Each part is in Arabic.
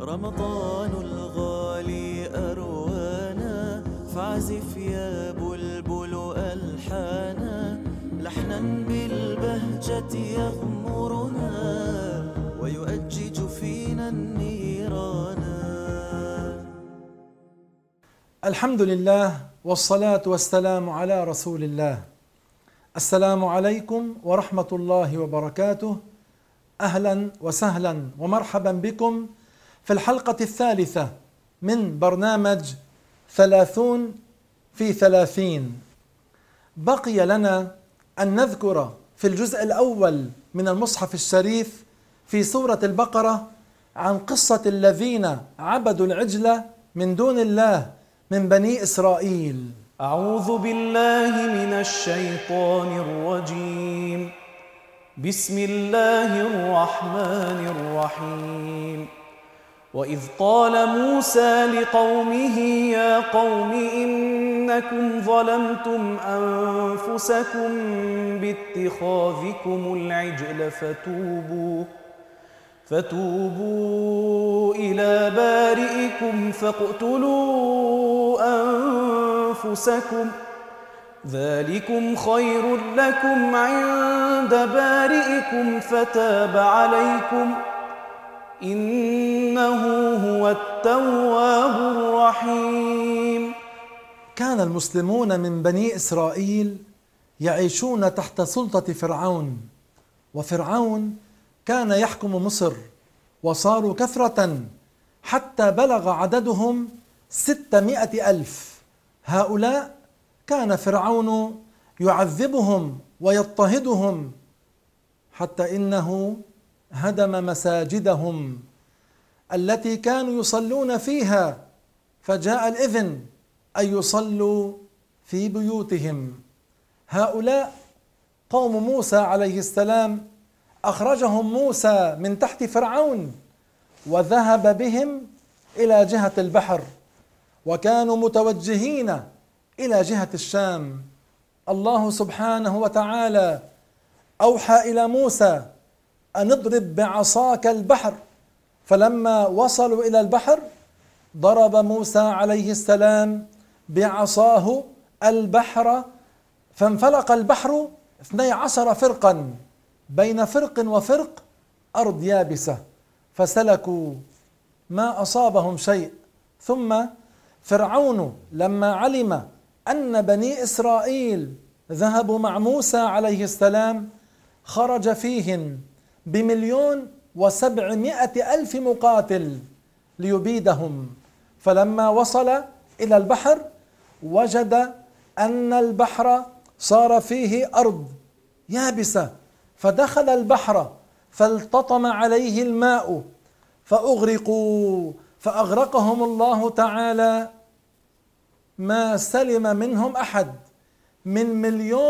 رمضان الغالي أروانا، فاعزف يا بلبل ألحانا، لحنا بالبهجة يغمرنا ويؤجج فينا النيرانا. الحمد لله والصلاة والسلام على رسول الله. السلام عليكم ورحمة الله وبركاته. أهلا وسهلا ومرحبا بكم في الحلقة الثالثة من برنامج 30 في 30. بقي لنا أن نذكر في الجزء الأول من المصحف الشريف في سورة البقرة عن قصة الذين عبدوا العجل من دون الله من بني إسرائيل. أعوذ بالله من الشيطان الرجيم. بسم الله الرحمن الرحيم. وإذ قال موسى لقومه يا قوم إنكم ظلمتم أنفسكم باتخاذكم العجل فتوبوا إلى بارئكم فاقتلوا أنفسكم ذلكم خير لكم عند بارئكم فتاب عليكم إنه هو التواب الرحيم. كان المسلمون من بني إسرائيل يعيشون تحت سلطة فرعون، وفرعون كان يحكم مصر، وصاروا كثرة حتى بلغ عددهم 600,000. هؤلاء كان فرعون يعذبهم ويضطهدهم حتى إنه هدم مساجدهم التي كانوا يصلون فيها، فجاء الإذن أن يصلوا في بيوتهم. هؤلاء قوم موسى عليه السلام، أخرجهم موسى من تحت فرعون وذهب بهم إلى جهة البحر، وكانوا متوجهين إلى جهة الشام. الله سبحانه وتعالى أوحى إلى موسى أن اضرب بعصاك البحر، فلما وصلوا إلى البحر ضرب موسى عليه السلام بعصاه البحر، فانفلق البحر 12 فرقا، بين فرق وفرق أرض يابسة، فسلكوا ما أصابهم شيء. ثم فرعون لما علم أن بني إسرائيل ذهبوا مع موسى عليه السلام خرج فيهم ب1,700,000 مقاتل ليبيدهم. فلما وصل إلى البحر وجد أن البحر صار فيه أرض يابسة، فدخل البحر فالتطم عليه الماء فأغرقوا، فأغرقهم الله تعالى، ما سلم منهم أحد من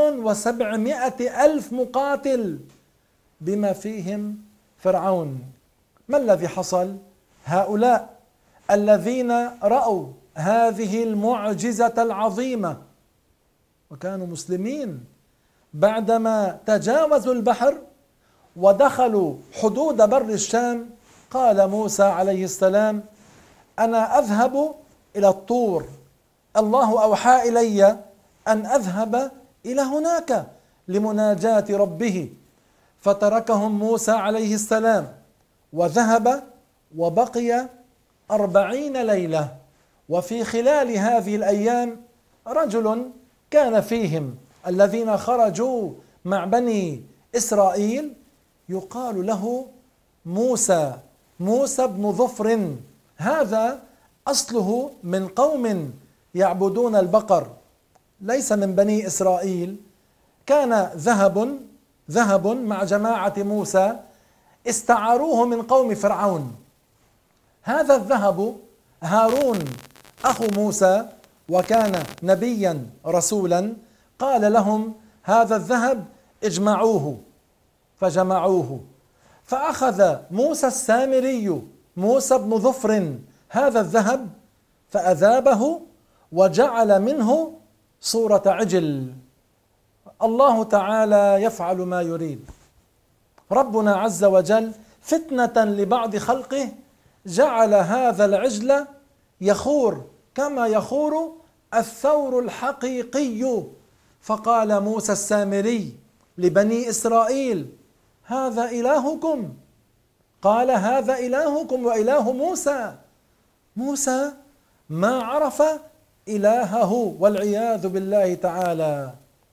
1,700,000 مقاتل بما فيهم فرعون. ما الذي حصل؟ هؤلاء الذين رأوا هذه المعجزة العظيمة وكانوا مسلمين، بعدما تجاوزوا البحر ودخلوا حدود بر الشام، قال موسى عليه السلام: أنا أذهب إلى الطور، الله أوحى إلي أن أذهب إلى هناك لمناجاة ربه. فتركهم موسى عليه السلام وذهب، وبقي 40 ليلة. وفي خلال هذه الأيام رجل كان فيهم الذين خرجوا مع بني إسرائيل يقال له موسى بن ظفر. هذا أصله من قوم يعبدون البقر، ليس من بني إسرائيل. كان ذهب مع جماعة موسى استعاروه من قوم فرعون. هذا الذهب هارون أخو موسى، وكان نبيا رسولا، قال لهم: هذا الذهب اجمعوه، فجمعوه. فأخذ موسى السامري موسى بن ظفر هذا الذهب فأذابه وجعل منه صورة عجل. الله تعالى يفعل ما يريد. ربنا عز وجل فتنة لبعض خلقه جعل هذا العجل يخور كما يخور الثور الحقيقي. فقال موسى السامري لبني إسرائيل: هذا إلهكم. قال: هذا إلهكم وإله موسى. موسى ما عرف إلهه والعياذ بالله تعالى.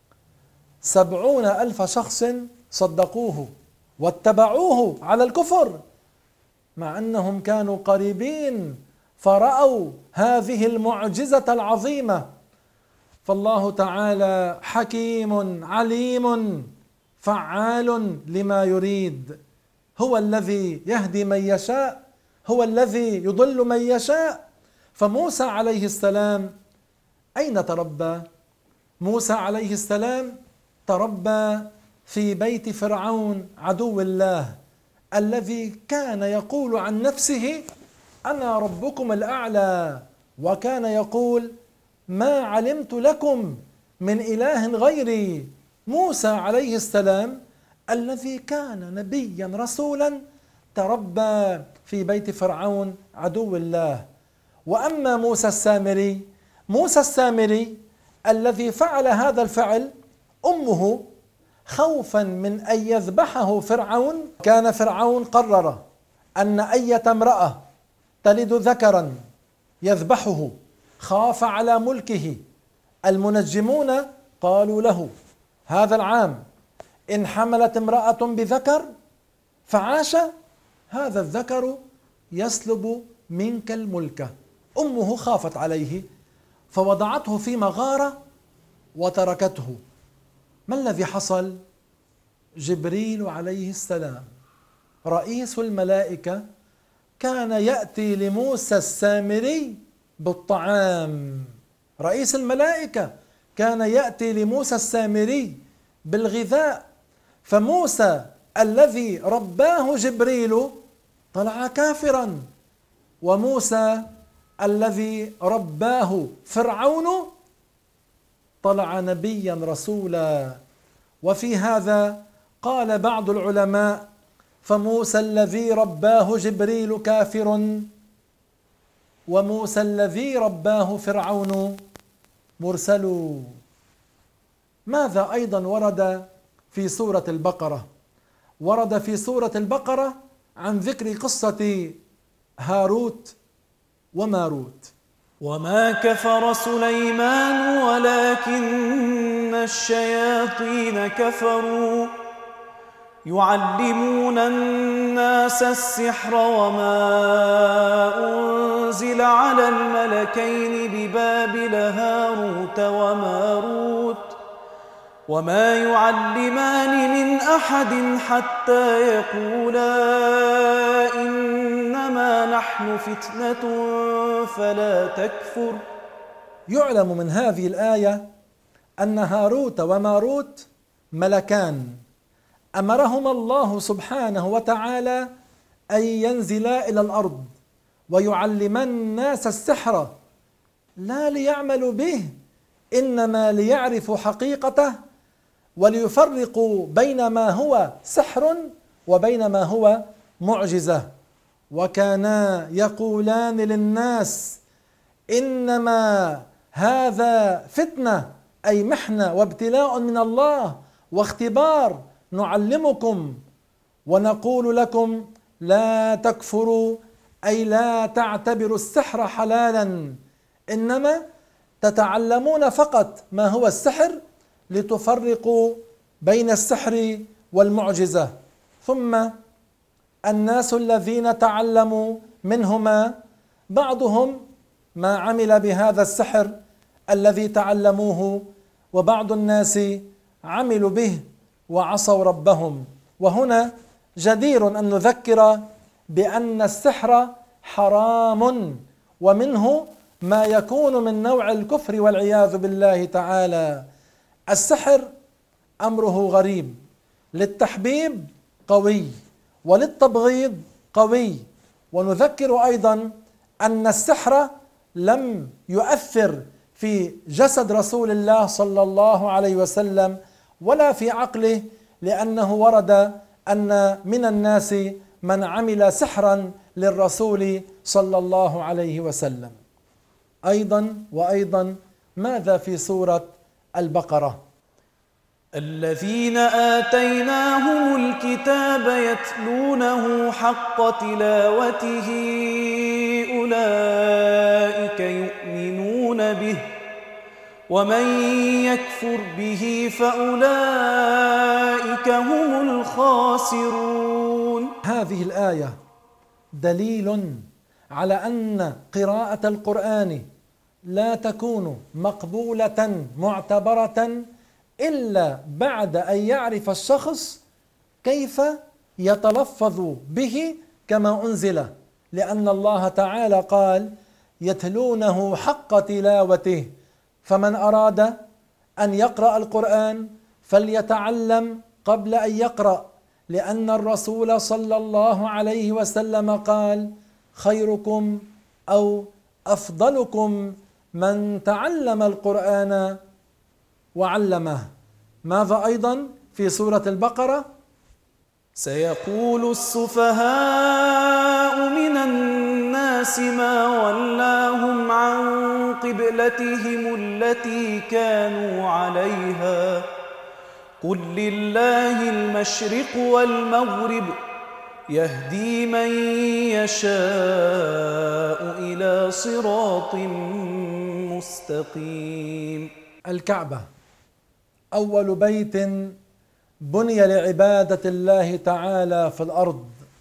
70,000 شخص صدقوه واتبعوه على الكفر، مع أنهم كانوا قريبين فرأوا هذه المعجزة العظيمة. فالله تعالى حكيم عليم فعال لما يريد، هو الذي يهدي من يشاء، هو الذي يضل من يشاء. فموسى عليه السلام أين تربى؟ موسى عليه السلام تربى في بيت فرعون عدو الله، الذي كان يقول عن نفسه: أنا ربكم الأعلى، وكان يقول: ما علمت لكم من إله غيري. موسى عليه السلام الذي كان نبيا رسولا تربى في بيت فرعون عدو الله. وأما موسى السامري، موسى السامري الذي فعل هذا الفعل، أمه خوفا من أن يذبحه فرعون، كان فرعون قرر أن أية امرأة تلد ذكرا يذبحه، خاف على ملكه. المنجمون قالوا له هذا العام إن حملت امرأة بذكر فعاش، هذا الذكر يسلب منك الملك. أمه خافت عليه فوضعته في مغارة وتركته. ما الذي حصل؟ جبريل عليه السلام رئيس الملائكة كان يأتي لموسى السامري بالطعام. رئيس الملائكة كان يأتي لموسى السامري بالغذاء. فموسى الذي رباه جبريل طلع كافرا، وموسى الذي رباه فرعون طلع نبيا رسولا. وفي هذا قال بعض العلماء: فموسى الذي رباه جبريل كافر، وموسى الذي رباه فرعون مرسل. ماذا أيضا ورد في سورة البقرة؟ ورد في سورة البقرة عن ذكر قصة هاروت وماروت. وما كفر سليمان ولكن الشياطين كفروا يعلمون الناس السحر وما أنزل على الملكين ببابل هاروت وماروت وما يعلمان من أحد حتى يقولا إنما نحن فتنة فلا تكفر. يعلم من هذه الآية أن هاروت وماروت ملكان أمرهما الله سبحانه وتعالى أن ينزلا إلى الأرض ويعلما الناس السحر، لا ليعملوا به، إنما ليعرفوا حقيقته وليفرقوا بين ما هو سحر وبين ما هو معجزة. وكانا يقولان للناس إنما هذا فتنة، أي محنة وابتلاء من الله واختبار، نعلمكم ونقول لكم لا تكفروا، أي لا تعتبروا السحر حلالا، إنما تتعلمون فقط ما هو السحر لتفرقوا بين السحر والمعجزة. ثم الناس الذين تعلموا منهما بعضهم ما عمل بهذا السحر الذي تعلموه، وبعض الناس عملوا به وعصوا ربهم. وهنا جدير أن نذكر بأن السحر حرام، ومنه ما يكون من نوع الكفر والعياذ بالله تعالى. السحر أمره غريب، للتحبيب قوي وللتبغيض قوي. ونذكر أيضا أن السحر لم يؤثر في جسد رسول الله صلى الله عليه وسلم ولا في عقله، لأنه ورد أن من الناس من عمل سحرا للرسول صلى الله عليه وسلم. أيضا ماذا في سورة البقرة؟ الذين آتيناهم الكتاب يتلونه حق تلاوته أولئك يؤمنون به ومن يكفر به فأولئك هم الخاسرون. هذه الآية دليل على أن قراءة القرآن لا تكون مقبولة معتبرة إلا بعد أن يعرف الشخص كيف يتلفظ به كما أنزل، لأن الله تعالى قال يتلونه حق تلاوته، فمن أراد أن يقرأ القرآن فليتعلم قبل أن يقرأ، لأن الرسول صلى الله عليه وسلم قال خيركم أو أفضلكم من تعلم القرآن وعلمه. ماذا أيضا في سورة البقرة؟ سيقول السفهاء من الناس ما ولاهم عن قبلتهم التي كانوا عليها قل لله المشرق والمغرب يهدي من يشاء إلى صراط مستقيم. الكعبة أول بيت بني لعبادة الله تعالى في الأرض،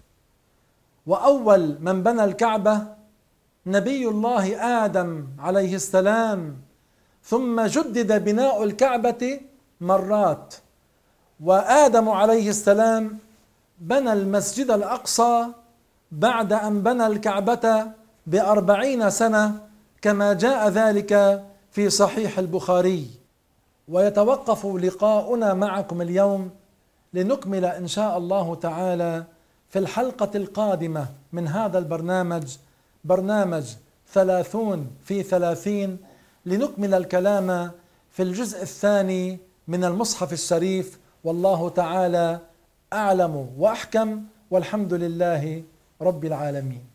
وأول من بنى الكعبة نبي الله آدم عليه السلام، ثم جدد بناء الكعبة مرات، وآدم عليه السلام بنى المسجد الأقصى بعد أن بنى الكعبة ب40 سنة كما جاء ذلك في صحيح البخاري. ويتوقف لقاؤنا معكم اليوم لنكمل إن شاء الله تعالى في الحلقة القادمة من هذا البرنامج، برنامج 30 في 30، لنكمل الكلام في الجزء الثاني من المصحف الشريف، والله تعالى أعلم وأحكم، والحمد لله رب العالمين.